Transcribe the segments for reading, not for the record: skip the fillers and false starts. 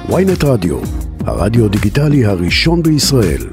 ynet רדיו, הרדיו דיגיטלי הראשון בישראל.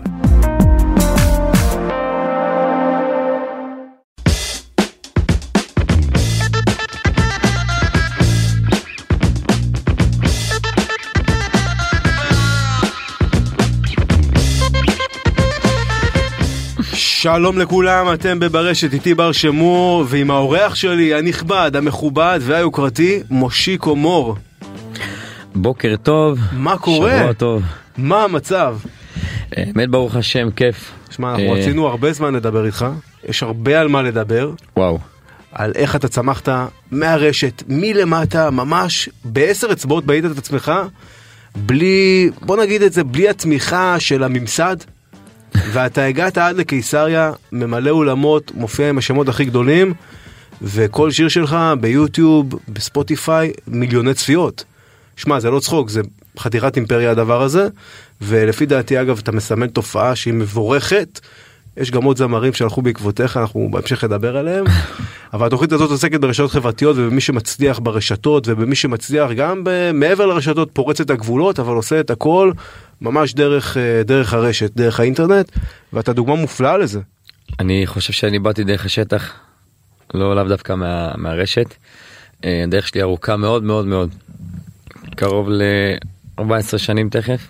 שלום לכולם, אתם בברשת, איתי בר שמור, ועם האורח שלי הנכבד, המכובד והיוקרתי, מושיקו מור. בוקר טוב. מה קורה? שבוע טוב. מה המצב? באמת ברוך השם, כיף. שמע, אנחנו רצינו הרבה זמן לדבר איתך, יש הרבה על מה לדבר. וואו. על איך אתה צמחת מהרשת, מלמטה, ממש ב10 אצבעות בעית את עצמך, בלי, בוא נגיד את זה, בלי התמיכה של הממסד, ואתה הגעת עד לקיסריה, ממלא אולמות, מופיע עם השמות הכי גדולים, וכל שיר שלך ביוטיוב, בספוטיפיי, מיליוני צפיות. שמע, זה לא צחוק, זה חתיכת אימפריה הדבר הזה, ולפי דעתי אגב אתה מסמן תופעה שהיא מבורכת, יש גם עוד זמרים שהלכו בעקבותיך, אנחנו בהמשך לדבר עליהם, אבל התוכנית הזאת עוסקת ברשתות חברתיות, ובמי שמצליח ברשתות, ובמי שמצליח גם מעבר לרשתות, פורץ את הגבולות, אבל עושה את הכל ממש דרך הרשת, דרך האינטרנט, ואתה דוגמה מופלאה לזה. אני חושב שאני באתי דרך השטח, לא לאו דווקא מהרשת. הדרך שלי ארוכה מאוד מאוד מאוד. קרוב ל-14 שנים תכף.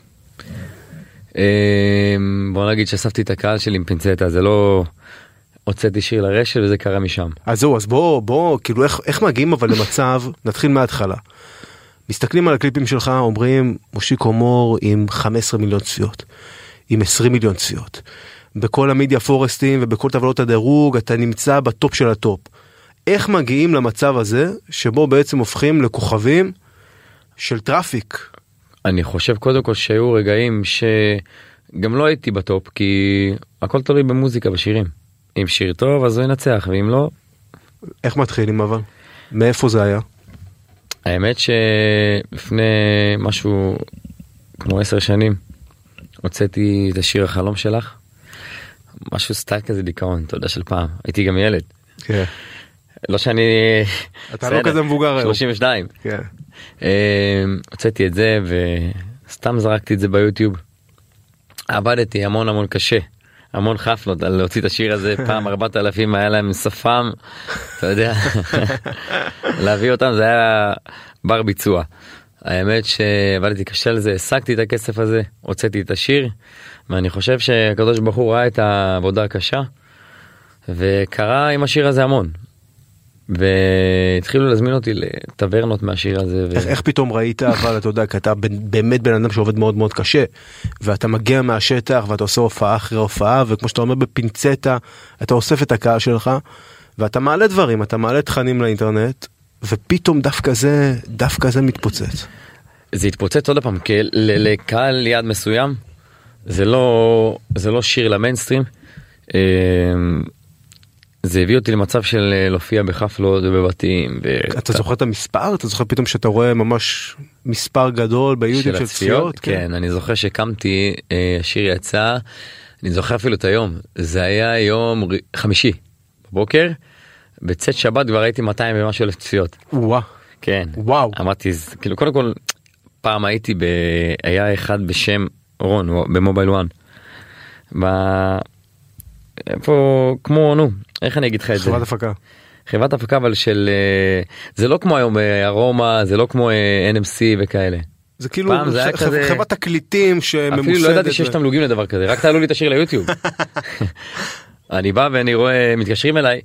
בוא נגיד שאספתי את הקהל שלי עם פינצטה, זה לא הוצאתי שיר לרשת וזה קרה משם. אז זהו, אז בוא, כאילו איך מגיעים אבל למצב, נתחיל מההתחלה. מסתכלים על הקליפים שלך, אומרים, מושיקו מור עם 15 מיליון צפיות, עם 20 מיליון צפיות. בכל המדיה פורסטים ובכל טבלות הדירוג, אתה נמצא בטופ של הטופ. איך מגיעים למצב הזה, שבו בעצם הופכים לכוכבים של טראפיק? אני חושב קודם כל שהיו רגעים שגם לא הייתי בטופ, כי הכל תלוי במוזיקה, בשירים. אם שיר טוב, אז הוא ינצח, ואם לא... איך מתחילים אבל? מאיפה זה היה? האמת שלפני משהו כמו 10 שנים הוצאתי את השיר החלום שלך, משהו סטייל כזה דיכאון, אתה יודע, של פעם, הייתי גם ילד. כן. לא שאני... אתה לא כזה מבוגר היום. 32. כן. הוצאתי את זה וסתם זרקתי את זה ביוטיוב. עבדתי המון קשה, המון חפלות על להוציא את השיר הזה, פעם 4,000 היה להם שפם, אתה יודע, להביא אותם זה היה בר ביצוע. האמת שעבדתי קשה לזה, השגתי את הכסף הזה, הוצאתי את השיר, ואני חושב שהקדוש ברוך הוא ראה את העבודה הקשה, וקרה עם השיר הזה המון. והתחילו להזמין אותי לטברנות מהשיר הזה. איך פתאום ראית, אבל אתה יודע, כי אתה באמת בן אדם שעובד מאוד מאוד קשה, ואתה מגיע מהשטח ואתה עושה הופעה אחרי הופעה, וכמו שאתה אומר בפינצטה, אתה אוסף את הקהל שלך, ואתה מעלה דברים, אתה מעלה תכנים לאינטרנט, ופתאום דווקא זה מתפוצץ. זה התפוצץ עוד פעם, כי לקהל יעד מסוים, זה לא שיר למיינסטרים, זה הביא אותי למצב של להופיע בחפלות ובבתים. אתה זוכר את המספר? אתה זוכר פתאום שאתה רואה ממש מספר גדול ביוטיוב של צפיות? כן, אני זוכר שקמתי, השיר יצא, אני זוכר אפילו את היום, זה היה יום חמישי בבוקר, בצאת שבת כבר הייתי 200 ומשהו אלף צפיות. וואו. כן. וואו. אמרתי, כאילו קודם כל, פעם היה אחד בשם רון, במובייל וואן. איפה, כמו, איך אני אגיד לך את זה? חברת הפקה. חברת הפקה, אבל זה לא כמו היום ארומה, זה לא כמו NMC וכאלה. זה כאילו חברת תקליטים שממוסדת. אפילו לא ידעתי שיש תמלוגים לדבר כזה, רק תעלו לי את השיר ליוטיוב. אני בא ואני רואה, מתקשרים אליי,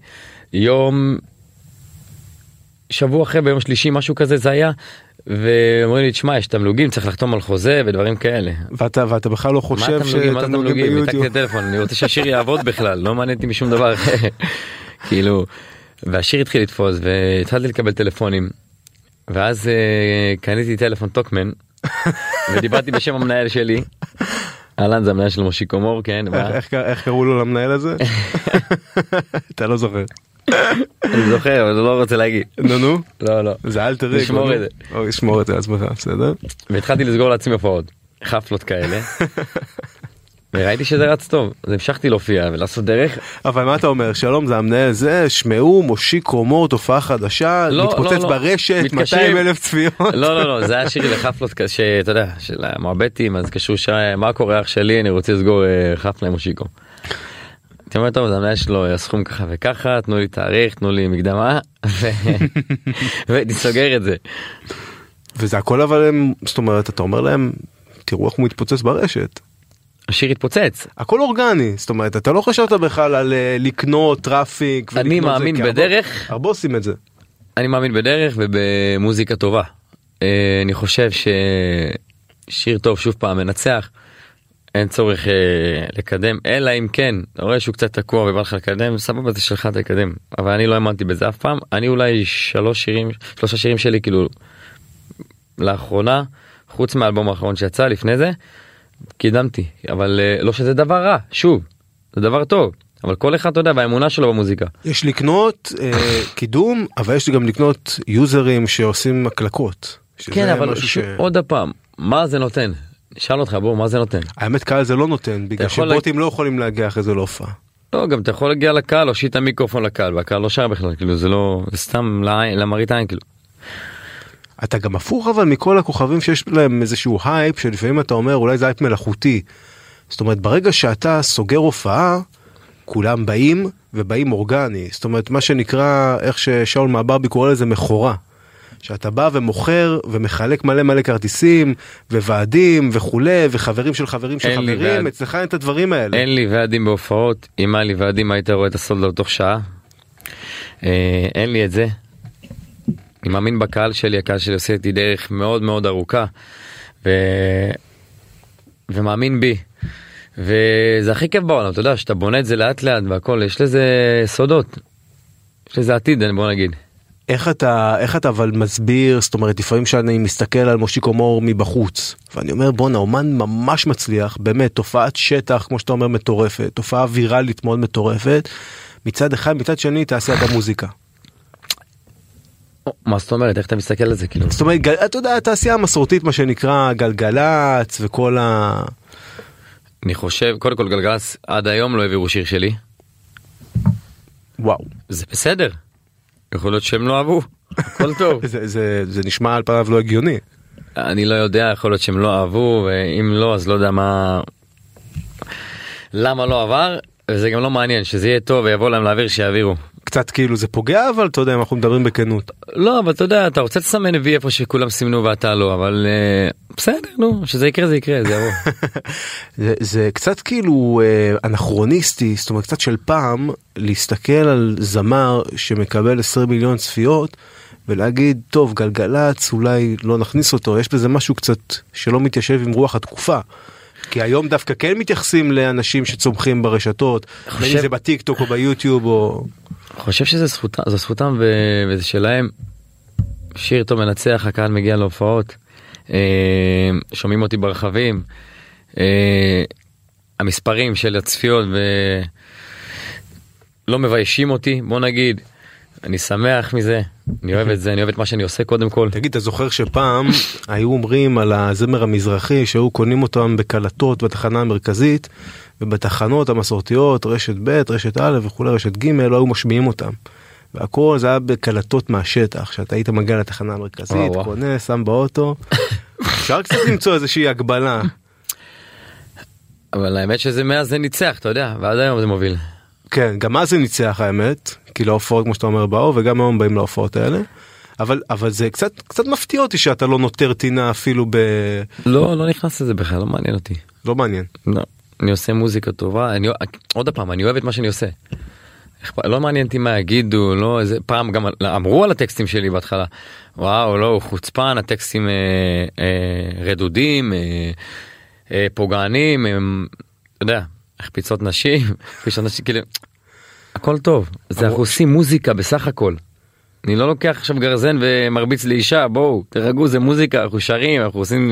שבוע אחרי, ביום שלישי, משהו כזה זה היה, ואומרים לי, תשמע, יש תמלוגים, צריך לחתום על חוזה ודברים כאלה. ואתה בכלל לא חושב שתמלוגים ביוטיוב. מתקתי לטלפון, אני רוצה שהשיר יעבוד בכלל, לא מעניינתי משום דבר. כאילו, והשיר התחיל לתפוס, והתחלתי לקבל טלפונים, ואז קניתי טלפון טוקמן, ודיברתי בשם המנהל שלי, אלן זה המנהל של מושיקו מור, כן. איך קראו לו למנהל הזה? אתה לא זוכר. אני זוכר, אבל לא רוצה להגיד. נו? לא. זה אל תריק. נשמור את זה. נשמור את זה עצמך, בסדר? והתחלתי לסגור לעצמי הופעות, חפלות כאלה. וראיתי שזה רץ טוב, אז המשכתי להופיע ולעשות דרך. אבל מה אתה אומר? שלום, זה המנהל זה, שמעו, מושיקו מור, תופעה חדשה, מתפוצץ ברשת, 200,000 צפיות. לא, זה היה שיר לחפלות, שאתה יודע, של המועבטים, אז קשור מה קורה אח שלי, אני רוצה לסגור חפלה עם מושיקו. אתה אומר, טוב, זה המנהל שלו, הסכום ככה וככה, תנו לי תאריך, תנו לי מקדמה, ותסוגר את זה. וזה הכל אבל הם, זאת אומרת, אתה אומר להם, תראו איך הוא מתפוצץ ברשת. השיר התפוצץ. הכל אורגני, זאת אומרת, אתה לא חשבת בכלל על לקנות טראפיק. אני מאמין בדרך. הרבה עושים את זה. אני מאמין בדרך ובמוזיקה טובה. אני חושב ששיר טוב שוב פעם מנצח. אין צורך לקדם, אלא אם כן, אתה רואה שהוא קצת תקוע ובא לך לקדם, סבבה זה שלך תקדם. אבל אני לא האמנתי בזה אף פעם. אני אולי שלושה שירים שלי כאילו לאחרונה, חוץ מהאלבום האחרון שיצא לפני זה, קידמתי, אבל לא שזה דבר רע, שוב, זה דבר טוב, אבל כל אחד, אתה יודע, והאמונה שלו במוזיקה. יש לקנות קידום, אבל יש גם לקנות יוזרים שעושים הקלקות. כן, אבל עוד הפעם, מה זה נותן? נשאל אותך, בוא, מה זה נותן? האמת, קהל זה לא נותן, בגלל שבוטים לא יכולים להגיע אחרי זה להופעה. לא, גם אתה יכול להגיע לקהל, או שיט המיקרופון לקהל, והקהל לא שר בכלל, כאילו, זה לא, זה סתם למראית עין, כאילו. אתה גם הפוך אבל מכל הכוכבים שיש להם איזשהו הייפ שלפעמים אתה אומר אולי זה הייפ מלאכותי. זאת אומרת ברגע שאתה סוגר הופעה כולם באים ובאים אורגני. זאת אומרת מה שנקרא איך ששאול מהברבי קורא לזה מכורה. שאתה בא ומוכר ומחלק מלא כרטיסים וועדים וכולי וחברים של חברים של חברים. אצלך אין את הדברים האלה. אין לי ועדים בהופעות. אם היה לי ועדים היית רואה את הסולד תוך שעה. אין לי את זה. אני מאמין בקהל שלי, הקהל שלי עושה איתי דרך מאוד מאוד ארוכה, ומאמין בי, וזה הכי כיף בעולם, אתה יודע, שאתה בונה את זה לאט לאט והכל, יש לזה סודות, יש לזה עתיד, בוא נגיד. איך אתה אבל מסביר, זאת אומרת, לפעמים שאני מסתכל על מושיקו מור מבחוץ, ואני אומר, בוא, האומן ממש מצליח, באמת, תופעת שטח, כמו שאתה אומר, מטורפת, תופעה ויראלית מאוד מטורפת, מצד אחד, מצד שני, תעשה את המוזיקה. מה זאת אומרת? איך אתה מסתכל על זה? כאילו? זאת אומרת, אתה יודע, התעשייה המסורתית, מה שנקרא גלגלץ וכל אני חושב, קודם כל גלגלץ, עד היום לא העבירו שיר שלי. וואו. זה בסדר. יכול להיות שהם לא אהבו. הכל טוב. זה נשמע על פניו לא הגיוני. אני לא יודע, יכול להיות שהם לא אהבו, ואם לא, אז לא יודע מה... למה לא עבר, וזה גם לא מעניין, שזה יהיה טוב ויבוא להם להעביר שיעבירו. קצת כאילו זה פוגע, אבל אתה יודע, אנחנו מדברים בכנות. לא, אבל אתה יודע, אתה רוצה לסמן וי איפה שכולם סימנו ואתה לא, אבל בסדר, נו, שזה יקרה, זה יקרה, זה יבוא. זה קצת כאילו אנכרוניסטי, זאת אומרת, קצת של פעם, להסתכל על זמר שמקבל 20 מיליון צפיות, ולהגיד, טוב, גלגלץ, אולי לא נכניס אותו, יש בזה משהו קצת שלא מתיישב עם רוח התקופה. כי היום דווקא כן מתייחסים לאנשים שצומחים ברשתות, בין אם זה בטיקטוק או ביוטיוב או... אני חושב שזה זכותם וזה שלהם. שיר טוב מנצח, הקהל מגיע להופעות, שומעים אותי ברחבים, המספרים של הצפיות לא מביישים אותי, בוא נגיד. אני שמח מזה, אני אוהב את זה, אני אוהב את מה שאני עושה קודם כל. תגיד, אתה זוכר שפעם היו אומרים על הזמר המזרחי שהיו קונים אותם בקלטות בתחנה המרכזית, ובתחנות המסורתיות, רשת ב', רשת א' וכולי, רשת ג', לא היו משמיעים אותם. והכל זה היה בקלטות מהשטח, שאתה היית מגיע לתחנה המרכזית, קונה, שם באוטו. אפשר קצת למצוא איזושהי הגבלה. אבל האמת שזה מאז זה ניצח, אתה יודע, ועד היום זה מוביל. כן, גם אז זה ניצח האמת, כי להופעות כמו שאתה אומר באו, וגם היום באים להופעות האלה. אבל זה קצת מפתיע אותי שאתה לא נותר טינה אפילו ב... לא נכנס לזה בכלל, לא מעניין אותי. לא מעניין. לא, אני עושה מוזיקה טובה, עוד הפעם, אני אוהב את מה שאני עושה. לא מעניין אותי מה יגידו, לא, איזה פעם גם אמרו על הטקסטים שלי בהתחלה, וואו, לא, חוצפן, הטקסטים רדודים, פוגענים, אתה יודע, החפיצות נשים, כאילו, הכל טוב, זה אנחנו עושים מוזיקה בסך הכל. אני לא לוקח עכשיו גרזן ומרביץ לאישה, בואו, תרגעו, זה מוזיקה, אנחנו שרים, אנחנו עושים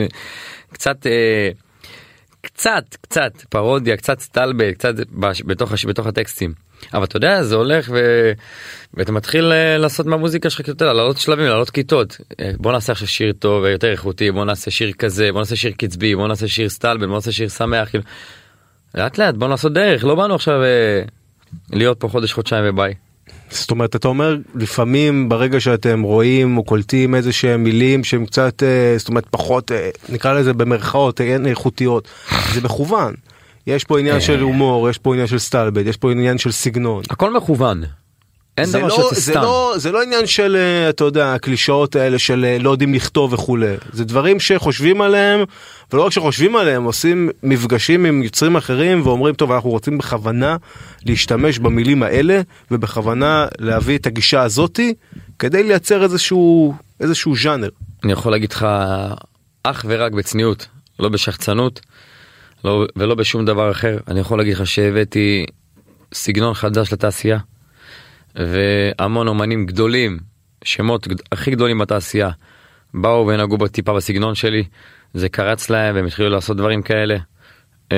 קצת פרודיה, קצת סטלבט, קצת בתוך הטקסטים. אבל אתה יודע, זה הולך ואתה מתחיל לעשות מהמוזיקה שלך, אתה יודע, לעלות שלבים, לעלות כיתות. בוא נעשה עכשיו שיר טוב ויותר איכותי, בוא נעשה שיר כזה, בוא נעשה שיר קצבי, בוא נעשה שיר סטלבט, בוא נעשה שיר שמח, כאילו. לאט לאט, בוא נעשות דרך, לא באנו עכשיו להיות פה חודש, חודשיים וביי. זאת אומרת, אתה אומר, לפעמים ברגע שאתם רואים או קולטים איזה שהם מילים שהם קצת, זאת אומרת, פחות, נקרא לזה במרכאות, איכותיות, זה מכוון. יש פה עניין של הומור, יש פה עניין של סטלבט, יש פה עניין של סגנון. הכל מכוון. אין דבר שזה סתם. זה לא עניין של, אתה יודע, הקלישאות האלה של לא יודעים לכתוב וכולי. זה דברים שחושבים עליהם, ולא רק שחושבים עליהם, עושים מפגשים עם יוצרים אחרים, ואומרים, טוב, אנחנו רוצים בכוונה להשתמש במילים האלה, ובכוונה להביא את הגישה הזאתי, כדי לייצר איזשהו ז'אנר. אני יכול להגיד לך, אך ורק בצניעות, לא בשחצנות, ולא בשום דבר אחר. אני יכול להגיד לך שהבאתי סגנון חדש לתעשייה, והמון אומנים גדולים, שמות הכי גדולים בתעשייה, באו ונגעו בטיפה בסגנון שלי, זה קרץ להם והם התחילו לעשות דברים כאלה. אתה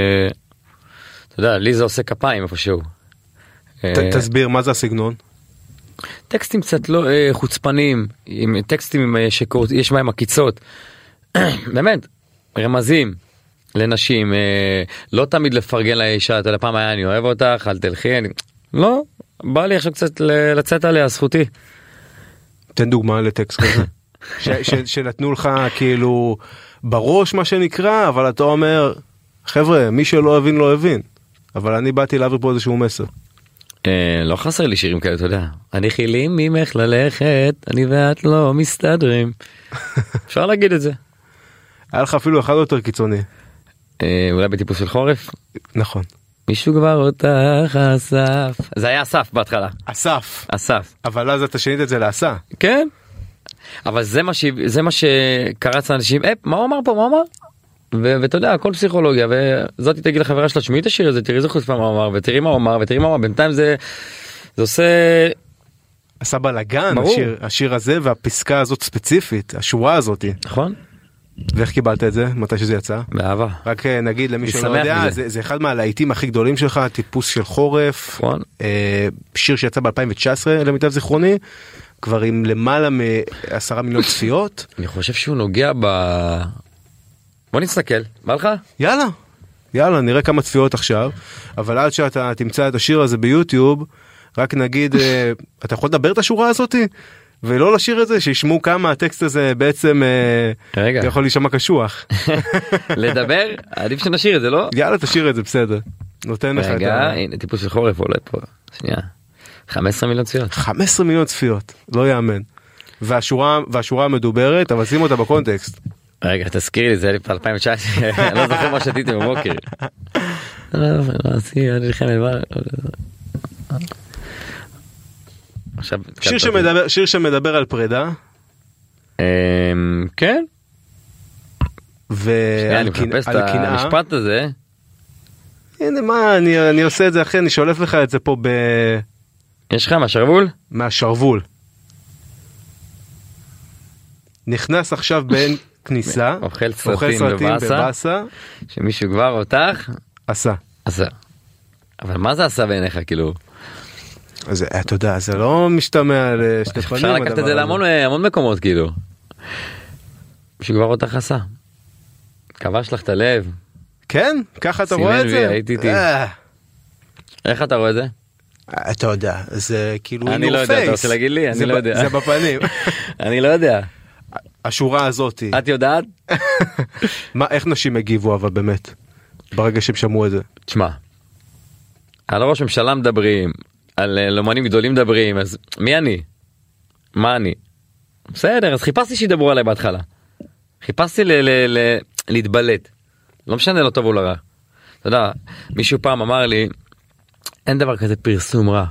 יודע, לי זה עושה כפיים איפשהו. תסביר, מה זה הסגנון? טקסטים קצת לא חוצפנים, טקסטים שיש בהם עקיצות, באמת, רמזים לנשים, לא תמיד לפרגן לאישה, אתה יודע, פעם היה אני אוהב אותך, אל תלכי, לא, בא לי עכשיו קצת לצאת עליה, זכותי. תן דוגמה לטקסט כזה. שנתנו לך כאילו בראש מה שנקרא, אבל אתה אומר, חבר'ה, מי שלא הבין לא הבין. אבל אני באתי להעביר פה איזשהו מסר. לא חסר לי שירים כאלה, אתה יודע. אני חילים ממך ללכת, אני ואת לא מסתדרים. אפשר להגיד את זה. היה לך אפילו אחד יותר קיצוני. אולי בטיפוס של חורף? נכון. מישהו כבר אותך אסף. זה היה אסף בהתחלה. אסף. אבל אז אתה שינית את זה לעשה. כן. אבל זה מה שקרץ לאנשים, מה הוא אמר פה, מה הוא אמר? ואתה יודע, הכל פסיכולוגיה, וזאת תגיד לחברה שלה, שמי את השיר הזה, תראי איזה חוצפה מה הוא אמר, ותראי מה הוא אמר, בינתיים זה עושה... עשה בלגן, השיר הזה, והפסקה הזאת ספציפית, השורה הזאת. נכון. ואיך קיבלת את זה? מתי שזה יצא? באהבה. רק נגיד למי שלא יודע, זה אחד מהלהיטים הכי גדולים שלך, טיפוס של חורף. נכון. שיר שיצא ב-2019 למיטב זיכרוני, כבר עם למעלה מ10 מיליון צפיות. אני חושב שהוא נוגע בוא נסתכל, בא לך? יאללה, נראה כמה צפיות עכשיו. אבל עד שאתה תמצא את השיר הזה ביוטיוב, רק נגיד, אתה יכול לדבר את השורה הזאתי? ולא לשיר את זה, שישמעו כמה הטקסט הזה בעצם יכול להישמע קשוח. לדבר? עדיף שנשיר את זה, לא? יאללה, תשיר את זה, בסדר. נותן לך את רגע, הנה, טיפוס של חורף עולה פה. שנייה. 15 מיליון צפיות. 15 מיליון צפיות, לא יאמן. והשורה המדוברת, אבל שים אותה בקונטקסט. רגע, תזכיר לי, זה היה לי ב-2019, אני לא זוכר מה שתיתי בבוקר. שיר שמדבר על פרידה. כן. ועל קנאה. המשפט הזה. הנה מה, אני עושה את זה אחרי, אני שולף לך את זה פה ב... יש לך מהשרוול? מהשרוול. נכנס עכשיו בין כניסה. אוכל סרטים בבאסה. שמישהו כבר אותך. עשה. אבל מה זה עשה בעיניך כאילו? אז אתה יודע, זה לא משתמע לשתי פנים. אפשר לקחת את זה להמון מקומות כאילו. מישהו כבר אותך עשה. כבש לך את הלב. כן? ככה אתה רואה את זה? הייתי איתי. איך אתה רואה את זה? אתה יודע, זה כאילו... אני לא יודע, אתה רוצה להגיד לי? אני לא יודע. זה בפנים. אני לא יודע. השורה הזאת. את יודעת? איך נשים הגיבו אבל באמת? ברגע שהם שמעו את זה. תשמע, על ראש ממשלה מדברים, על אומנים גדולים מדברים, אז מי אני? מה אני? בסדר, אז חיפשתי שידברו עליי בהתחלה. חיפשתי להתבלט. לא משנה, לא טוב או לא רע. אתה יודע, מישהו פעם אמר לי, אין דבר כזה פרסום רע.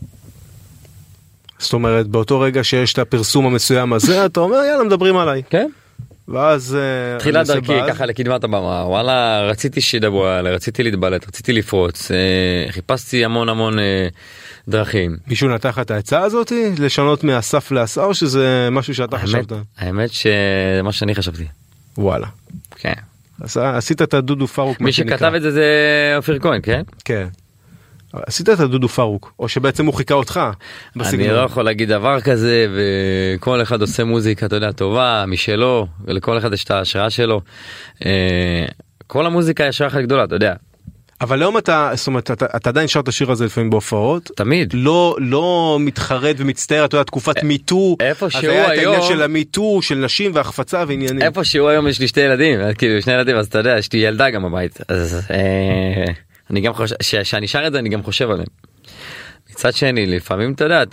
זאת אומרת, באותו רגע שיש את הפרסום המסוים הזה, אתה אומר, יאללה, מדברים עליי. כן. ואז... תחילת דרכי ככה לקדמת הבמה, וואלה, רציתי שידברו עליי, רציתי להתבלט, רציתי לפרוץ, חיפשתי המון דרכים. מישהו נתח את העצה הזאת, לשנות מאסף לעשה, או שזה משהו שאתה חשבת? האמת שזה מה שאני חשבתי. וואלה. כן. עשית את הדודו פרוק. מי שכתב את זה אופיר כהן, כן? כן. עשית את הדודו פרוק, או שבעצם הוא חיכה אותך בסגנון. אני לא יכול להגיד דבר כזה, וכל אחד עושה מוזיקה, אתה יודע, טובה, משלו, ולכל אחד יש את ההשראה שלו. כל המוזיקה יש השראה אחת גדולה, אתה יודע. אבל היום זאת אומרת, אתה עדיין שר את השיר הזה לפעמים בהופעות. תמיד. לא מתחרט ומצטער, אתה יודע, תקופת מיטו. איפה שהוא אז היה את היום. העניין של המיטו, של נשים והחפצה ועניינים. איפה שהוא היום יש לי 2 ילדים, כאילו 2 ילדים, אז אתה יודע, יש לי ילדה גם בבית. אז אני גם חושב, שאני שר את זה, אני גם חושב עליהם. מצד שני, לפעמים אתה יודע,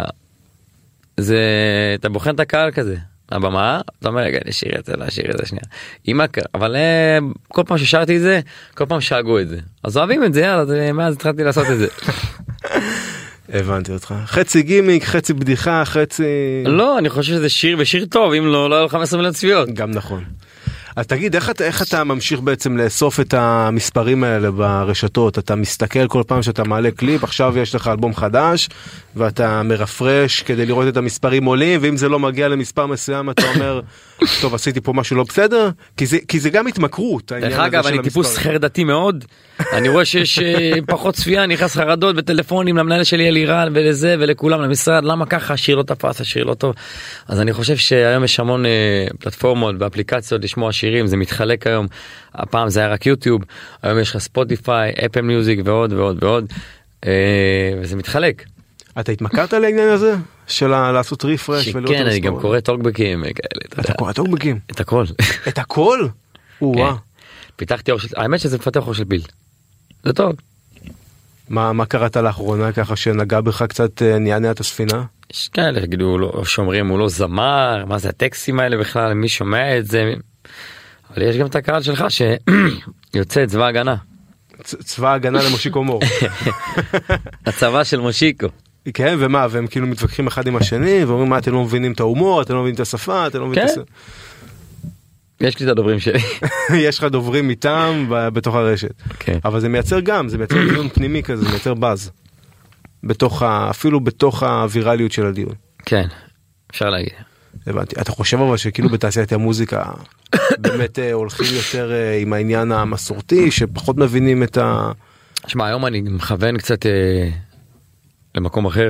אתה בוחן את הקהל כזה. הבמה, אתה אומר, רגע, נשאיר את זה שנייה. אבל כל פעם ששרתי את זה, כל פעם שאגו את זה. אז אוהבים את זה, יאללה, מאז התחלתי לעשות את זה. הבנתי אותך. חצי גימיק, חצי בדיחה, חצי... לא, אני חושב שזה שיר ושיר טוב, אם לא היה 15 מיליון צפיות. גם נכון. אז תגיד, איך אתה ממשיך בעצם לאסוף את המספרים האלה ברשתות? אתה מסתכל כל פעם שאתה מעלה קליפ, עכשיו יש לך אלבום חדש, ואתה מרפרש כדי לראות את המספרים עולים, ואם זה לא מגיע למספר מסוים, אתה אומר, טוב, עשיתי פה משהו לא בסדר? כי זה גם התמכרות. דרך אגב, אני טיפוס חרדתי מאוד, אני רואה שיש פחות צפייה, נכנס חרדות וטלפונים למנהל שלי אלירן ולזה ולכולם למשרד, למה ככה? השיר לא תפס, השיר לא טוב. אז אני חושב שהיום יש המון פלטפורמות ואפליקציות לשמוע שירים, זה מתחלק היום. הפעם זה היה רק יוטיוב, היום יש לך ספוטיפיי, אפל מיוזיק ועוד ועוד ועוד, וזה מתחלק. אתה התמכרת לעניין הזה? של לעשות ריפרש? כן, אני גם קורא טוקבקים כאלה. אתה קורא טוקבקים? את הכל. את הכל? וואה. פיתחתי אור של... האמת שזה מפתח אור של פיל. זה טוב. מה קראת לאחרונה ככה שנגע בך קצת נענע את הספינה? יש כאלה, שאומרים, הוא לא זמר, מה זה הטקסטים האלה בכלל, מי שומע את זה? אבל יש גם את הקהל שלך שיוצא צבא הגנה. צבא הגנה למושיקו מור. הצבא של מושיקו. כן, ומה, והם כאילו מתווכחים אחד עם השני, ואומרים מה, אתם לא מבינים את ההומור, אתם לא מבינים את השפה, אתם לא מבינים את... יש לי את הדוברים שלי. יש לך דוברים איתם בתוך הרשת. אבל זה מייצר גם, זה מייצר דיון פנימי כזה, זה מייצר באז. אפילו בתוך הווירליות של הדיון. כן, אפשר להגיד. הבנתי. אתה חושב אבל שכאילו בתעשיית המוזיקה באמת הולכים יותר עם העניין המסורתי, שפחות מבינים את ה... שמע, היום אני מכוון קצת למקום אחר.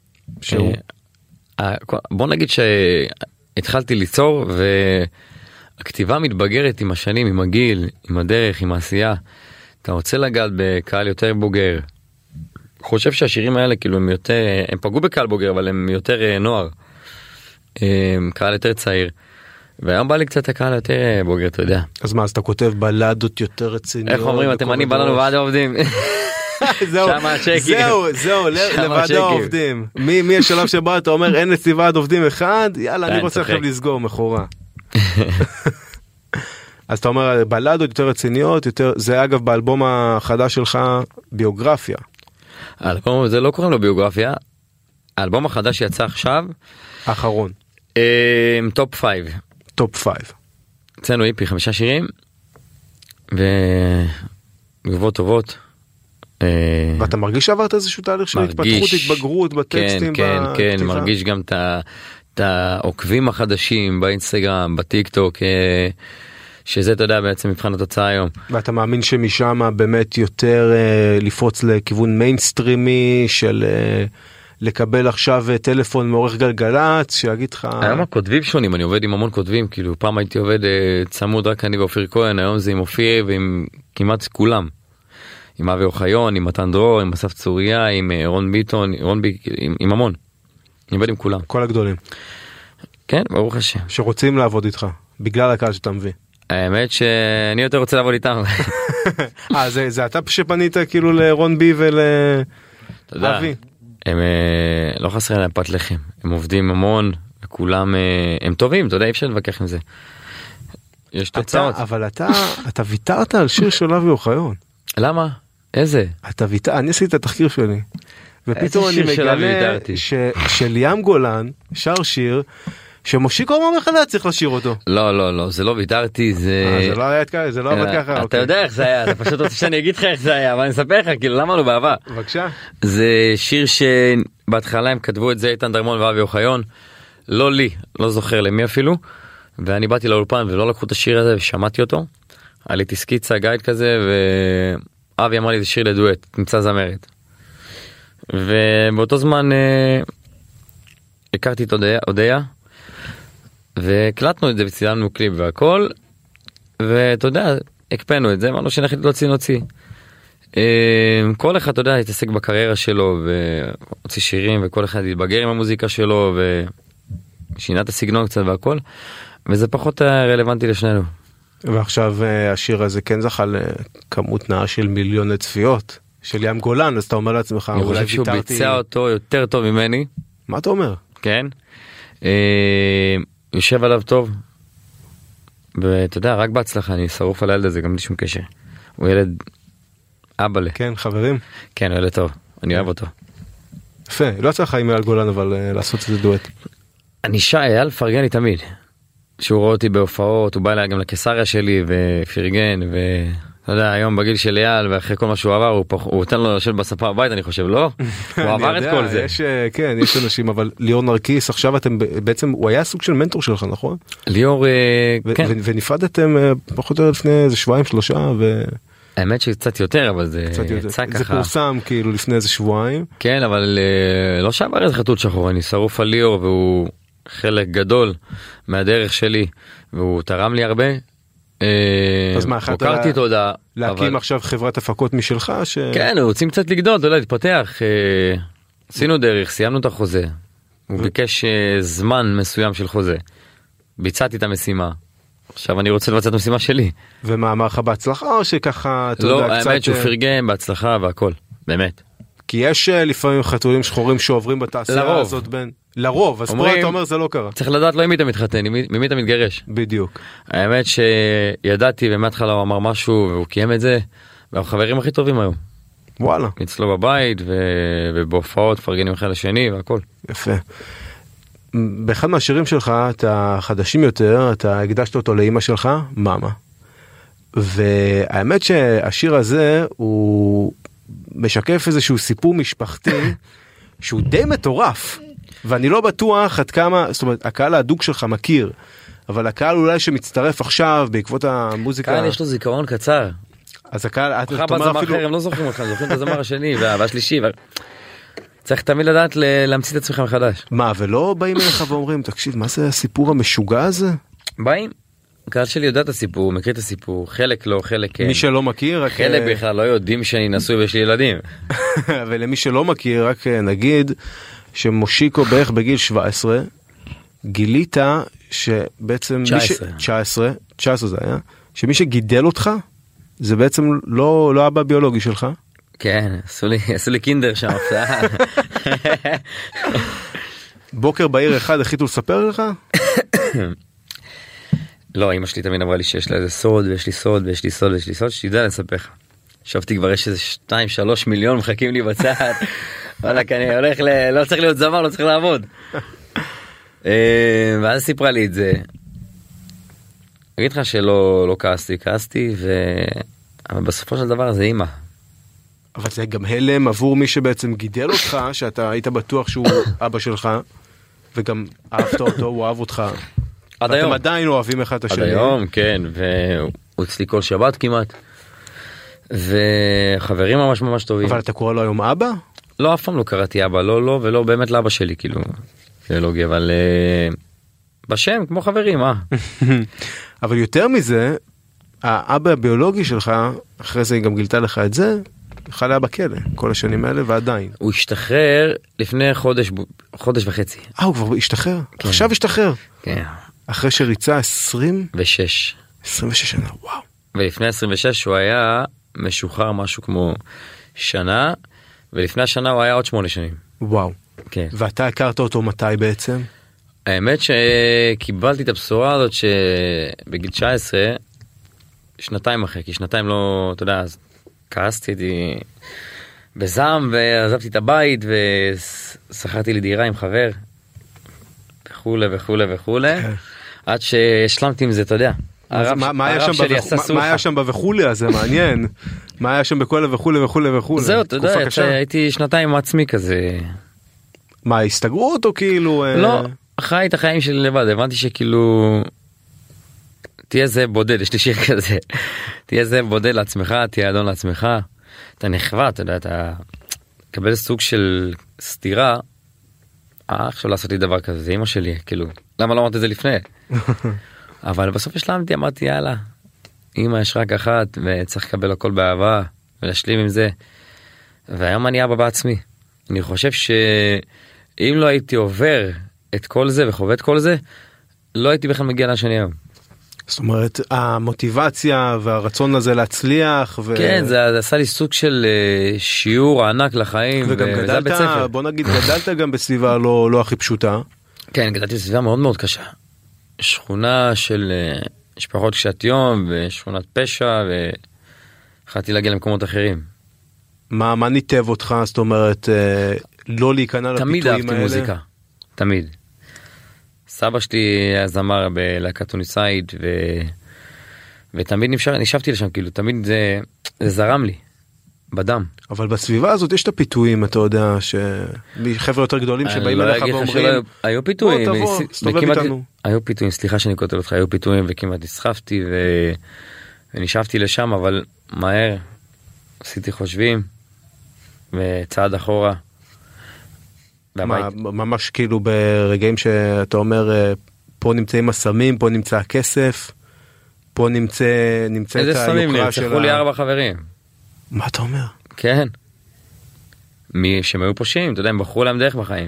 בוא נגיד שהתחלתי ליצור והכתיבה מתבגרת עם השנים, עם הגיל, עם הדרך, עם העשייה. אתה רוצה לגעת בקהל יותר בוגר. חושב שהשירים האלה כאילו הם יותר, הם פגעו בקהל בוגר, אבל הם יותר נוער. קהל יותר צעיר. והיום בא לי קצת הקהל יותר בוגר, אתה יודע. אז מה, אז אתה כותב בלדות יותר רציניות? איך אומרים, התימנים בא לנו ועד העובדים. זהו, לוועד העובדים. מי השלב שבא אתה אומר אין אצלי ועד עובדים אחד, יאללה אני רוצה עכשיו לסגור מחורה. אז אתה אומר בלדות יותר רציניות, זה אגב באלבום החדש שלך ביוגרפיה. האלבום הזה לא קוראים לו ביוגרפיה, האלבום החדש שיצא עכשיו. האחרון. טופ 5. טופ 5. אצלנו איפי 5 שירים, ותגובות טובות. ואתה מרגיש שעברת איזשהו תהליך של התפתחות, התבגרות בטקסטים? כן, מרגיש גם את העוקבים החדשים באינסטגרם, בטיק טוק, שזה אתה יודע בעצם מבחן התוצאה היום. ואתה מאמין שמשם באמת יותר לפרוץ לכיוון מיינסטרימי של לקבל עכשיו טלפון מעורך גלגלצ שיגיד לך... היום הכותבים שונים, אני עובד עם המון כותבים, כאילו פעם הייתי עובד צמוד רק אני ואופיר כהן, היום זה עם אופיר ועם כמעט כולם. עם אבי אוחיון, עם מתן דרור, עם אסף צוריה, עם רון ביטון, עם המון. אני עובד עם כולם. כל הגדולים. כן, ברוך השם. שרוצים לעבוד איתך, בגלל הקהל שאתה מביא. האמת שאני יותר רוצה לעבוד איתם. זה אתה שפנית כאילו לרון בי ולאבי? הם לא חסרים להם פת לחם, הם עובדים המון, וכולם, הם טובים, אתה יודע, אי אפשר לבקח עם זה. יש תוצאות. אבל אתה ויתרת על שיר של אבי אוחיון. למה? איזה? אתה ויתר, אני עשיתי את התחקיר שלי. ופתאום אני מגלה שליאם גולן שר שיר, שמושיקו אמר מחדש צריך לשיר אותו. לא, זה לא ויתרתי, זה... זה לא עבד ככה. אתה יודע איך זה היה, אתה פשוט רוצה שאני אגיד לך איך זה היה, אבל אני אספר לך, כאילו למה לא בעבר. בבקשה. זה שיר שבהתחלה הם כתבו את זה איתן דרמון ואבי אוחיון, לא לי, לא זוכר למי אפילו, ואני באתי לאולפן ולא לקחו את השיר הזה ושמעתי אותו, עליתי סקיצה, גייד כזה, ואבי אמר לי זה שיר לדואט, נמצא זמרת. ובאותו זמן הכרתי את אודיה, והקלטנו את זה וצילמנו קליפ והכל, ואתה יודע, הקפנו את זה, אמרנו שנחליט להוציא. כל אחד, אתה יודע, התעסק בקריירה שלו והוציא שירים, וכל אחד התבגר עם המוזיקה שלו ושינה את הסגנון קצת והכל, וזה פחות רלוונטי לשנינו. ועכשיו השיר הזה כן זכה לכמות נאה של מיליוני צפיות של ים גולן, אז אתה אומר לעצמך, אני חושב שהוא ביצע אותו יותר טוב ממני. מה אתה אומר? כן. יושב עליו טוב, ואתה יודע, רק בהצלחה, אני שרוף על הילד הזה, גם בלי שום קשר. הוא ילד אבא. כן, חברים? כן, הוא ילד טוב, אני אוהב אותו. יפה, לא יצא לך עם אייל גולן, אבל לעשות את זה דואט. אני היה לפרגן לי תמיד. שהוא רואה אותי בהופעות, הוא בא אליי גם לקיסריה שלי ופרגן, ואתה יודע, היום בגיל של אייל, ואחרי כל מה שהוא עבר, הוא נתן לו לשבת בספה הבית, אני חושב, לא? הוא עבר את כל זה. כן, יש אנשים, אבל ליאור נרקיס, עכשיו אתם בעצם, הוא היה סוג של מנטור שלך, נכון? ליאור, כן. ונפרדתם פחות או יותר לפני איזה 2-3, האמת שקצת יותר, אבל זה יצא ככה. זה פורסם כאילו לפני איזה שבועיים. כן, אבל לא שעבר איזה חתול שחור, אני שרוף על ליאור, והוא חלק גדול מהדרך שלי, והוא תרם לי הרבה. אז מה, אחת להקים עכשיו חברת הפקות משלך? כן, הוא רוצים קצת לגדול, אתה יודע, להתפתח. עשינו דרך, סיימנו את החוזה. הוא ביקש זמן מסוים של חוזה. ביצעתי את המשימה. עכשיו אני רוצה לבצע את המשימה שלי. ומה, אמר לך בהצלחה או שככה, אתה יודע, קצת... לא, האמת שהוא פרגן בהצלחה והכל, באמת. כי יש לפעמים חתולים שחורים שעוברים בתעשייה הזאת בין... לרוב, אז פה אתה אומר זה לא קרה. צריך לדעת לא עם מי אתה מתחתן, ממי אתה מתגרש. בדיוק. האמת שידעתי ומהתחלה הוא אמר משהו והוא קיים את זה, והוא חברים הכי טובים היום. וואלה. אצלו בבית ובהופעות, פרגנים אחד לשני והכל. יפה. באחד מהשירים שלך, את החדשים יותר, אתה הקדשת אותו לאמא שלך, מאמה. והאמת שהשיר הזה הוא משקף איזשהו סיפור משפחתי שהוא די מטורף. ואני לא בטוח עד כמה, זאת אומרת, הקהל הדוק שלך מכיר, אבל הקהל אולי שמצטרף עכשיו בעקבות המוזיקה... קהל יש לו זיכרון קצר. אז הקהל, אתה אומר אפילו... הם לא זוכרים אותך, זוכרים את הזמר השני והשלישי, צריך תמיד לדעת להמציא את עצמך מחדש. מה, ולא באים אליך ואומרים, תקשיב, מה זה הסיפור המשוגע הזה? באים. הקהל שלי יודע את הסיפור, מכיר את הסיפור, חלק לא, חלק כן. מי שלא מכיר, רק... חלק בכלל לא יודעים שאני נשוי ויש לי ילדים. ולמי שלא מכיר, רק נגיד שמושיקו בערך בגיל 17, גילית שבעצם... 19 זה היה, שמי שגידל אותך, זה בעצם לא אבא ביולוגי שלך. כן, עשו לי קינדר שם. בוקר בעיר אחד החליטו לספר לך? לא, אמא שלי תמיד אמרה לי שיש לה איזה סוד, ויש לי סוד, ויש לי סוד, ויש לי סוד, שתדע לספר לך. חשבתי כבר יש איזה 2-3 מיליון מחכים לי בצד. וואלה, אני הולך לא צריך להיות זמר, לא צריך לעבוד. ואז סיפרה לי את זה. אגיד לך שלא כעסתי, אבל בסופו של דבר זה אמא. אבל זה גם הלם עבור מי שבעצם גידל אותך, שאתה היית בטוח שהוא אבא שלך, וגם אהבת אותו, הוא אהב אותך. עד היום. אתם עדיין אוהבים אחד את השני. עד היום, כן, והוא אצלי כל שבת כמעט. וחברים ממש ממש טובים. אבל אתה קורא לו היום אבא? לא, אף פעם לא קראתי אבא, לא, ולא באמת לאבא שלי, כאילו, ביולוגי, אבל בשם, כמו חברים, אבל יותר מזה, האבא הביולוגי שלך, אחרי זה היא גם גילתה לך את זה, יכול היה בכלא, כל השנים האלה, ועדיין. הוא השתחרר לפני חודש וחצי. הוא כבר השתחרר? כן. עכשיו השתחרר? כן. אחרי שריצה 26 שנה, וואו. ולפני 26 הוא היה משוחרר משהו כמו שנה, ולפני השנה הוא היה עוד 8 שנים. וואו. כן. ואתה הכרת אותו מתי בעצם? האמת שקיבלתי את הבשורה הזאת שבגיל 19, שנתיים אחרי, כי שנתיים לא, אתה יודע, אז כעסתי בזעם ועזבתי את הבית ושכרתי לי דירה עם חבר וכולי וכולי וכולי, עד שהשלמתי עם זה, אתה יודע. מה היה שם בווכולי הזה, מעניין. מה היה שם בכל וכולי וכולי וכולי. זהו, אתה יודע, הייתי שנתיים עם עצמי כזה. מה, הסתגרות או כאילו... לא, חי את החיים שלי לבד, הבנתי שכאילו... תהיה זה בודד, יש לי שיר כזה. תהיה זה בודד לעצמך, תהיה אדון לעצמך. אתה נחווה, אתה יודע, אתה... קבל סוג של סתירה. עכשיו לעשות לי דבר כזה, זה אמא שלי, כאילו. למה לא אמרתי את זה לפני? אבל בסוף השלמתי, אמרתי, יאללה, אמא יש רק אחת, וצריך לקבל הכל באהבה, ולהשלים עם זה. והיום אני אבא בעצמי. אני חושב שאם לא הייתי עובר את כל זה וחווה את כל זה, לא הייתי בכלל מגיע לאן שאני היום. זאת אומרת, המוטיבציה והרצון הזה להצליח. כן, זה עשה לי סוג של שיעור ענק לחיים. וגם גדלת, בוא נגיד, גדלת גם בסביבה לא הכי פשוטה. כן, גדלתי בסביבה מאוד מאוד קשה. שכונה של משפחות קשת יום ושכונת פשע, והחלטתי להגיע למקומות אחרים. מה ניתב אותך? זאת אומרת, לא להיכנע לפיתויים האלה? תמיד אהבתי מוזיקה, תמיד. סבא שלי היה זמר בלהקת טוניסאית, ותמיד נשאבתי לשם, כאילו, תמיד זה זרם לי, בדם. אבל בסביבה הזאת יש את הפיתויים, אתה יודע, מחבר'ה יותר גדולים שבאים אליך ואומרים, היו פיתויים, בוא תבוא, סתובב איתנו. היו פיתויים, סליחה שאני כותב אותך, היו פיתויים וכמעט נסחפתי ונשאבתי לשם, אבל מהר עשיתי חושבים וצעד אחורה. ממש כאילו ברגעים שאתה אומר, פה נמצאים הסמים, פה נמצא הכסף, פה נמצא את היוקרה של איזה סמים? נרצחו לי 4 חברים. מה אתה אומר? כן. שהם היו פושעים, אתה יודע, הם בחרו להם דרך בחיים.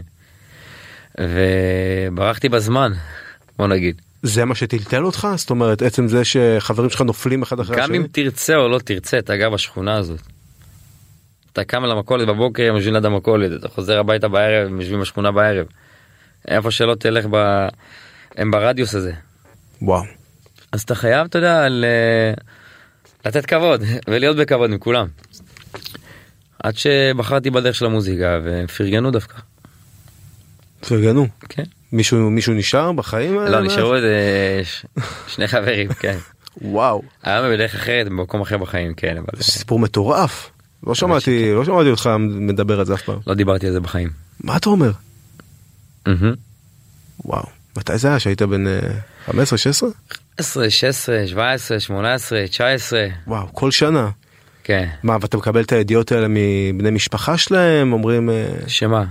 וברחתי בזמן, בוא נגיד. זה מה שטלטל אותך? זאת אומרת, עצם זה שחברים שלך נופלים אחד אחרי השני? גם אם תרצה או לא תרצה, אתה גר בשכונה הזאת. אתה קם למכולת בבוקר, הם יושבים ליד המכולת, אתה חוזר הביתה בערב, הם יושבים בשכונה בערב. איפה שלא תלך, הם ברדיוס הזה. וואו. אז אתה חייב, אתה יודע, לתת כבוד, ולהיות בכבוד עם כולם. עד שבחרתי בדרך של המוזיקה, ופרגנו דווקא. פרגנו? כן. מישהו נשאר בחיים האלה? לא, נשארו איזה 2 חברים, כן. וואו. היום בדרך אחרת, במקום אחר בחיים, כן. זה סיפור מטורף. לא שמעתי אותך מדבר על זה אף פעם. לא דיברתי על זה בחיים. מה אתה אומר? וואו. מתי זה היה? שהיית בן 15, 16? 15, 16, 17, 18, 19. וואו, כל שנה. כן. מה, ואתה מקבל את הידיעות האלה מבני משפחה שלהם? אומרים... שמה?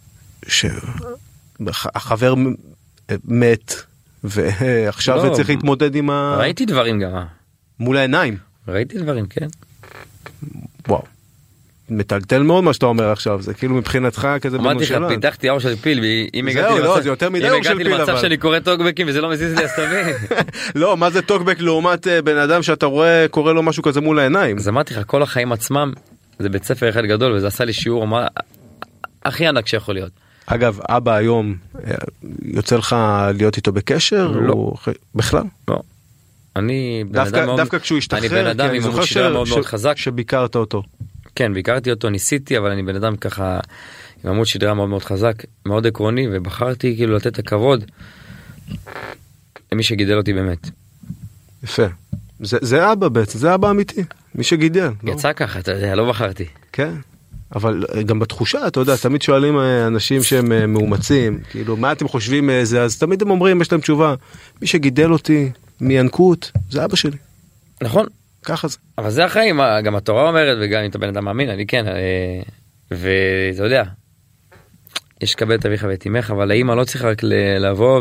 שהחבר מת, ועכשיו צריך להתמודד עם ה... ראיתי דברים גם. מול העיניים. ראיתי דברים, כן. וואו. מטלטל מאוד מה שאתה אומר עכשיו, זה כאילו מבחינתך כזה במושלן. אמרתי לך, פיתחתי אור של פיל, זה יותר מדי אור של פיל, אבל... אם הגעתי למצב שאני קורא טוקבקים וזה לא מזיז לי, אז תבין. לא, מה זה טוקבק לעומת בן אדם שאתה רואה, קורא לו משהו כזה מול העיניים? אז אמרתי לך, כל החיים עצמם, זה בית ספר אחד גדול, וזה עשה לי שיעור הכי ענק שיכול להיות. אגב, אבא היום, יוצא לך להיות איתו בקשר? לא. בכלל? לא. אני דווקא כשהוא השתחרר, כי אני זוכר שביקרת אותו. כן, ביקרתי אותו, ניסיתי, אבל אני בן אדם ככה עם עמוד שדרה מאוד מאוד חזק, מאוד עקרוני, ובחרתי כאילו לתת את הכבוד למי שגידל אותי באמת. יפה. זה אבא בעצם, זה אבא אמיתי, מי שגידל. יצא ככה, אתה יודע, לא בחרתי. כן, אבל גם בתחושה, אתה יודע, תמיד שואלים אנשים שהם מאומצים, כאילו, מה אתם חושבים זה, אז תמיד הם אומרים, יש להם תשובה, מי שגידל אותי מינקות, זה אבא שלי. נכון. ככה זה. אבל זה החיים, גם התורה אומרת, וגם אם אתה בן אדם מאמין, אני כן, ואתה יודע, יש לקבל את אביך ואת אמך, אבל האמא לא צריכה רק לבוא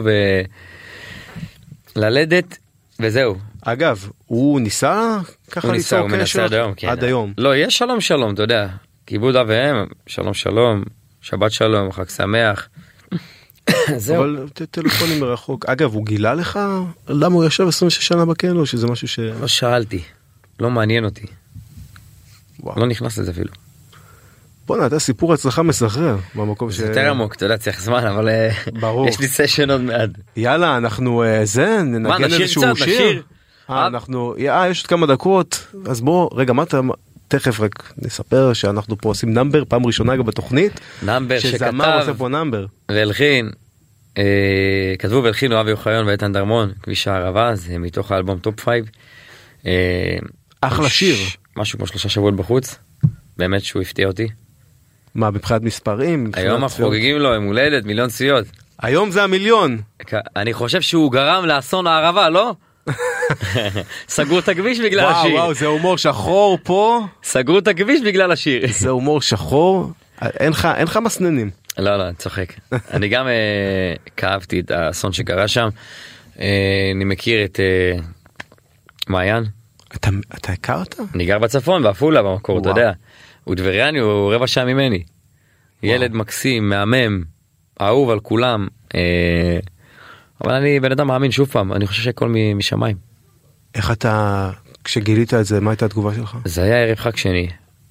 וללדת, וזהו. אגב, הוא ניסה ככה ליצור קשר? הוא מנסה עד היום, כן. עד היום. לא, יש שלום שלום, אתה יודע, כיבוד אב ואם, שלום שלום, שבת שלום, חג שמח. זהו. אבל טלפונים מרחוק. אגב, הוא גילה לך למה הוא ישב 26 שנה בכלא, או שזה משהו ש... לא שאלתי. לא מעניין אותי. וואו. לא נכנס לזה אפילו. בוא נה, אתה סיפור הצלחה מסחרר במקום זה יותר עמוק, אתה יודע, צריך זמן, אבל יש לי סשן עוד מעט. יאללה, אנחנו ננגן איזשהו שיר. יש עוד כמה דקות, אז בוא, רגע, מה אתה... תכף רק נספר שאנחנו פה עושים נאמבר, פעם ראשונה גם בתוכנית. נאמבר שכתב. שזמר עושה פה נאמבר. והלחין, כתבו והלחינו אבי אוחיון ואיתן דרמון, כביש הערבה, זה מתוך האלבום טופ 5. אחלה שיר. משהו כמו 3 שבועות בחוץ, באמת שהוא הפתיע אותי. מה, מבחינת מספרים? היום אנחנו חוגגים לו, עם הולדת, 1,000,000 צפיות. היום זה 1,000,000. אני חושב שהוא גרם לאסון הערבה, לא? סגרו את הכביש בגלל השיר. וואו, זה הומור שחור פה. סגרו את הכביש בגלל השיר. זה הומור שחור. אין לך מסננים. לא, צוחק. אני גם כאבתי את האסון שקרה שם. אני מכיר את מעיין. אתה הכרת? אני גר בצפון, בעפולה במקור, אתה יודע. הוא דבריאני, הוא רבע שעה ממני. ילד מקסים, מהמם, אהוב על כולם. אבל אני בן אדם מאמין שוב פעם, אני חושב שהכל משמיים. איך אתה, כשגילית את זה, מה הייתה התגובה שלך? זה היה ערב חג שני.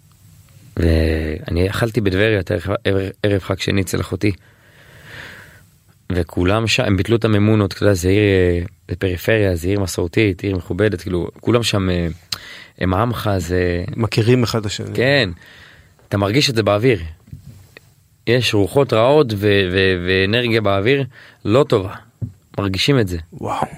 ואני אכלתי בדבריה את ערב חג שני אצל אחותי. וכולם שם, הם ביטלו את הממונות, אתה יודע, זה עיר בפריפריה, זה עיר מסורתית, עיר מכובדת, כאילו, כולם שם, הם עמך, זה... מכירים אחד השני. כן, אתה מרגיש את זה באוויר. יש רוחות רעות ואנרגיה באוויר, לא טובה. מרגישים את זה. וואו.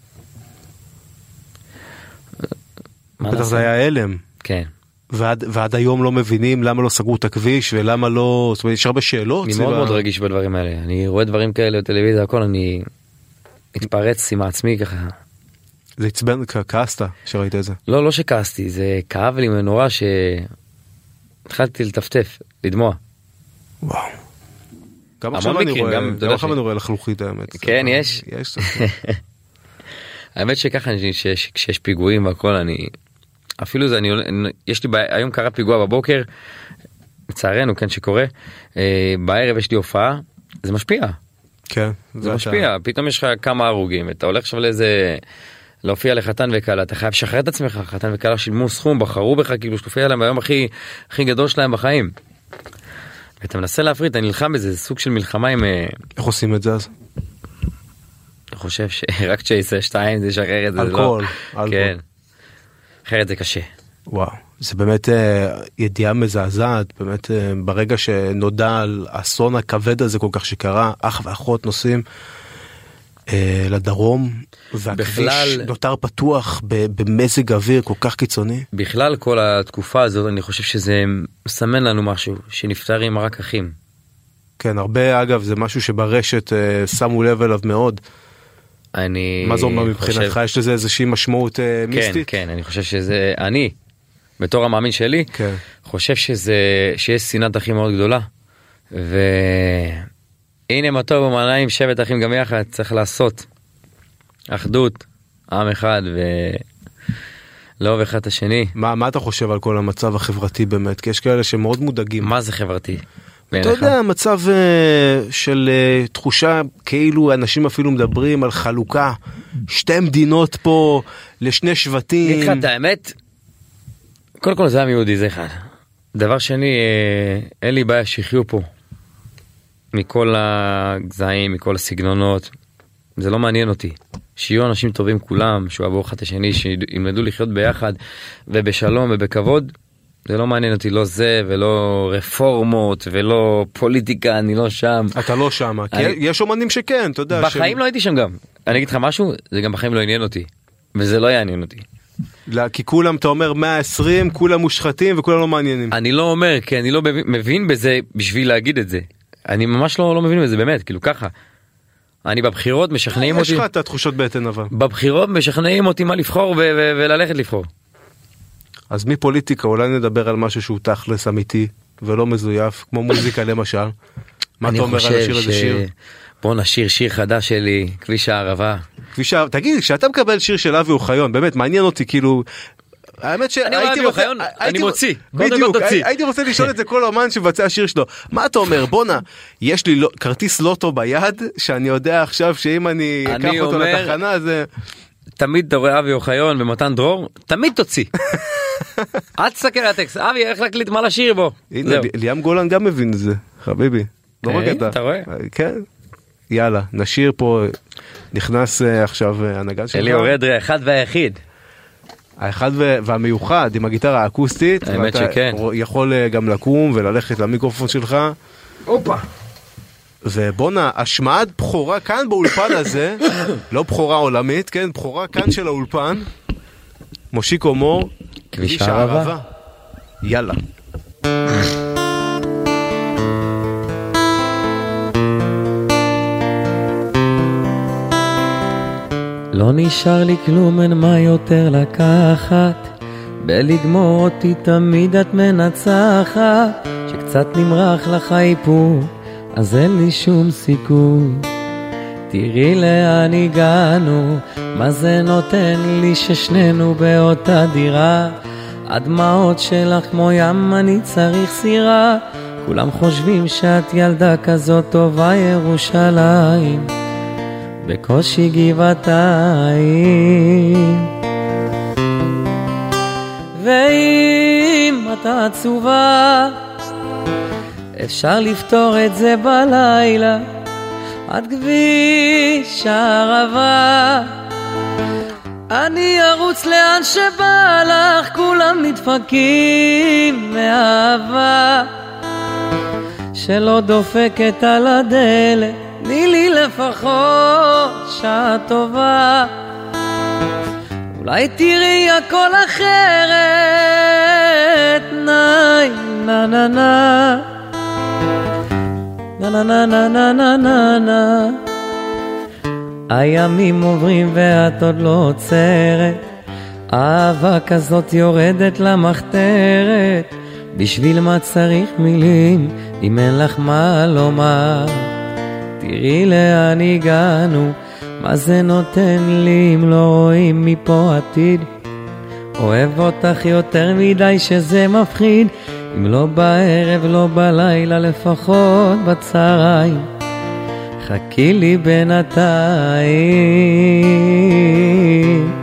בטח זה היה הלם. כן. ועד היום לא מבינים למה לא סגרו את הכביש ולמה לא, זאת אומרת, יש הרבה שאלות. אני מאוד מאוד רגיש בדברים האלה. אני רואה דברים כאלה בטלוויזיה, הכל, אני מתפרץ עם עצמי ככה. זה עצבן, כעסת שראית את זה? לא, לא שכעסתי, זה כאב לי מנורא שהתחלתי לטפטף, לדמוע. וואו. גם עכשיו אני רואה לחלוכית האמת. כן, יש? יש. האמת שככה, כשיש פיגועים והכל, אפילו זה, יש לי, היום קרה פיגוע בבוקר, לצערנו, כן, שקורה, בערב יש לי הופעה, זה משפיע. כן. זה משפיע, פתאום יש לך כמה הרוגים, אתה הולך עכשיו לאיזה, להופיע לחתן וקלה, אתה חייב לשחרר את עצמך, חתן וקלה שילמו סכום, בחרו בך, כאילו שתופיע להם ביום הכי גדול שלהם בחיים. ואתה מנסה להפריד, אתה נלחם בזה, זה סוג של מלחמה עם... איך עושים את זה אז? אני חושב שרק צ'ייסר 2 זה ישחרר את זה. אלכוהול. כן. אחרת זה קשה. וואו, זה באמת ידיעה מזעזעת, באמת ברגע שנודע על האסון הכבד הזה כל כך שקרה, אח ואחות נוסעים לדרום, והכביש נותר פתוח במזג אוויר כל כך קיצוני. בכלל כל התקופה הזאת, אני חושב שזה מסמן לנו משהו, שנפטרים רק אחים. כן, הרבה אגב, זה משהו שברשת שמו לב אליו מאוד. מה זה אומר מבחינתך? יש לזה איזושהי משמעות מיסטית? כן, אני חושב שזה, אני, בתור המאמין שלי, חושב שיש שנאת אחים מאוד גדולה, והנה מה טוב ומעניים שבט אחים גם יחד, צריך לעשות אחדות, עם אחד, ולאהוב אחד את השני. מה אתה חושב על כל המצב החברתי באמת? כי יש כאלה שמאוד מודאגים. מה זה חברתי? אתה יודע, מצב של תחושה כאילו אנשים אפילו מדברים על חלוקה, שתי מדינות פה לשני שבטים. נתחת את האמת, קודם כל זה עם יהודי, זה אחד. דבר שני, אין לי בעיה שיחיו פה, מכל הגזעים, מכל הסגנונות, זה לא מעניין אותי. שיהיו אנשים טובים כולם, שאוהבו אחד את השני, שילמדו לחיות ביחד ובשלום ובכבוד. זה לא מעניין אותי, לא זה, ולא רפורמות, ולא פוליטיקה, אני לא שם. אתה לא שם, כי יש אומנים שכן, אתה יודע. בחיים לא הייתי שם גם. אני אגיד לך משהו, זה גם בחיים לא עניין אותי. וזה לא יעניין אותי. כי כולם, אתה אומר, 120, כולם מושחתים וכולם לא מעניינים. אני לא אומר, כי אני לא מבין בזה בשביל להגיד את זה. אני ממש לא מבין בזה, באמת, כאילו ככה. אני בבחירות משכנעים אותי. יש לך את התחושות בטן אבל. בבחירות משכנעים אותי מה לבחור וללכת לבחור. אז מפוליטיקה אולי נדבר על משהו שהוא תכלס אמיתי ולא מזויף, כמו מוזיקה למשל. מה אתה אומר על השיר הזה שיר? בוא נשיר שיר חדש שלי, כביש הערבה. תגיד, כשאתה מקבל שיר של אבי אוחיון, באמת מעניין אותי, כאילו, האמת שהייתי רוצה, אני מוציא, בדיוק, הייתי רוצה לשאול את זה כל אומן שבצע השיר שלו. מה אתה אומר? בונה, יש לי כרטיס לוטו ביד, שאני יודע עכשיו שאם אני אקח אותו לתחנה, זה... תמיד אתה רואה אבי אוחיון ומתן דרור, תמיד תוציא. אל תסתכל על הטקסט, אבי, איך להקליט מה לשיר בו. הנה, ליאם גולן גם מבין את זה, חביבי. לא רק אתה. אתה רואה? כן. יאללה, נשיר פה, נכנס עכשיו הנגן שלך. אלי אורדרי, האחד והיחיד. האחד והמיוחד, עם הגיטרה האקוסטית. האמת שכן. יכול גם לקום וללכת למיקרופון שלך. אופה. ובונה, השמעת בחורה כאן באולפן הזה, לא בחורה עולמית, כן, בחורה כאן של האולפן, מושיקו מור, כביש הערבה. יאללה. לא נשאר לי כלום, אין מה יותר לקחת, בלגמור אותי תמיד את מנצחת, שקצת נמרח לך איפור, אז אין לי שום סיכוי. תראי לאן הגענו, מה זה נותן לי ששנינו באותה דירה, הדמעות שלך כמו ים, אני צריך סירה, כולם חושבים שאת ילדה כזאת טובה, ירושלים בקושי גבעתיים. ואם אתה עצובה, אפשר לפתור את זה בלילה, עד כביש הערבה, אני ארוץ לאן שבא לך, כולם נדפקים מאהבה שלא דופקת על הדלת, תני לי לפחות שעה טובה, אולי תראי הכל אחרת. ניי נה נה נה נה נה נה נה נה נה נה נה, הימים עוברים ואת עוד לא עוצרת, אהבה כזאת יורדת למחתרת, בשביל מה צריך מילים אם אין לך מה לומר, תראי לאן הגענו, מה זה נותן לי אם לא רואים מפה עתיד, אוהב אותך יותר מדי שזה מפחיד, אם לא בערב לא בלילה לפחות בצהריים, חכי לי בינתיים.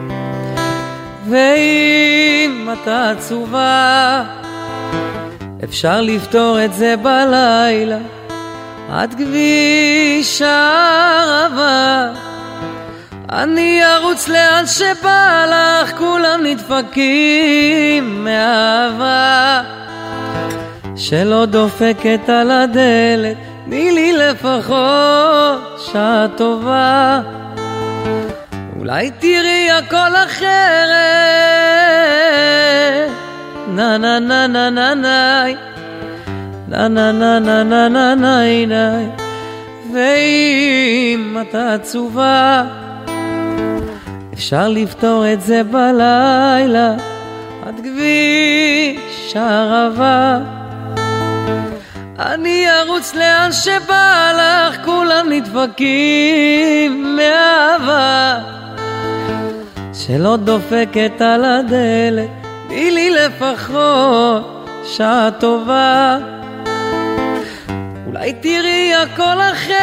ואם אתה עצובה, אפשר לפתור את זה בלילה, עד כביש הערבה, אני ארוץ לאן שבא לך, כולם נדפקים מאהבה שלא דופקת על הדלת, תני לי לפחות שעה טובה, אולי תראי הכל אחרת. נה נה נה נה נה נה נה נה נה נה נה נה נה נה. ואם אתה עצובה, אפשר לפתור את זה בלילה, עד כביש הערבה, אני ארוץ לאן שבא לך, כולם נדפקים מאהבה שלא דופקת על הדלת, תני לי לפחות שעה טובה, אולי תראי הכל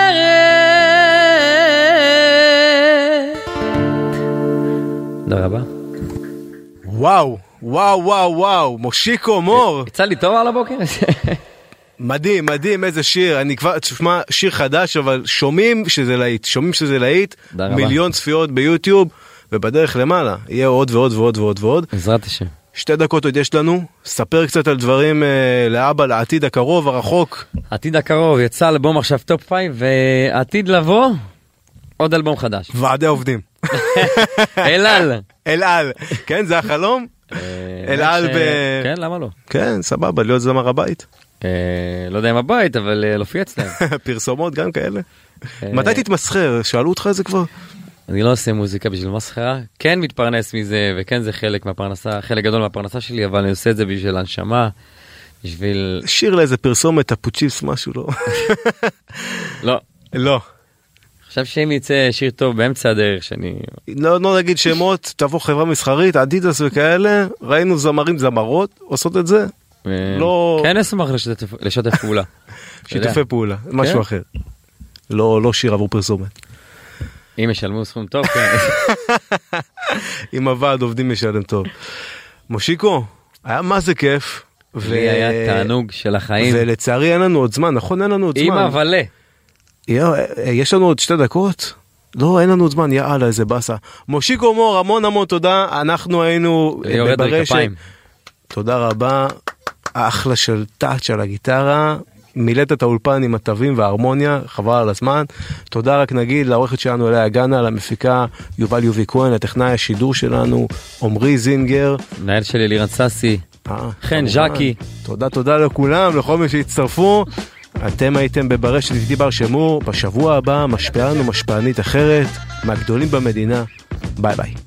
אחרת. תודה רבה. וואו, וואו, וואו, וואו, מושיקו מור. יצא לי טוב על הבוקר? מדהים, מדהים, איזה שיר. אני כבר, תשמע, שיר חדש, אבל שומעים שזה להיט, שומעים שזה להיט. מיליון צפיות ביוטיוב, ובדרך למעלה. יהיה עוד ועוד ועוד ועוד ועוד. בעזרת השם. 2 דקות עוד יש לנו. ספר קצת על דברים לאבא, לעתיד הקרוב, הרחוק. העתיד הקרוב, יצא אלבום עכשיו טופ 5, ועתיד לבוא, עוד אלבום חדש. ועדי עובדים. אלעל. אלעל. כן, זה החלום? אלעל כן, למה לא? כן, סבבה, להיות זמר הבית. לא יודע אם הבית, אבל להופיע אצלם. פרסומות גם כאלה. מתי תתמסחר? שאלו אותך את זה כבר? אני לא עושה מוזיקה בשביל מסחרה, כן מתפרנס מזה, וכן זה חלק מהפרנסה, חלק גדול מהפרנסה שלי, אבל אני עושה את זה בשביל הנשמה, בשביל... שיר לאיזה פרסומת, הפוצ'יפס, משהו, לא? לא. לא. עכשיו שאם יצא שיר טוב באמצע הדרך, שאני... לא נגיד שמות, תבוא חברה מסחרית, אדידס וכאלה, ראינו זמרים, זמרות, עושות את זה? לא... כן, אשמח לשתף פעולה. שיתופי פעולה, משהו אחר. לא שיר עבור פרסומת. אם ישלמו סכום טוב, כן. אם הוועד עובדים משלם טוב. מושיקו, היה מה זה כיף. לי היה תענוג של החיים. ולצערי אין לנו עוד זמן, נכון? אין לנו עוד זמן. עם הבלה. יש לנו עוד 2 דקות? לא, אין לנו עוד זמן, יאללה, איזה בסה. מושיקו מור, המון המון תודה. אנחנו היינו ברשת. תודה רבה. אחלה של טאץ' על הגיטרה. מילאת את האולפן עם התווים וההרמוניה, חבל על הזמן. תודה רק נגיד לעורכת שלנו אליה גנה, למפיקה יובל יובי כהן, לטכנאי השידור שלנו עומרי זינגר, מנהל שלי לירן ססי, חן ז'קי. תודה לכולם, לכל מי שהצטרפו. אתם הייתם בברשת איתי בר שמור. בשבוע הבא משפיענו משפיענית אחרת מהגדולים במדינה. ביי ביי.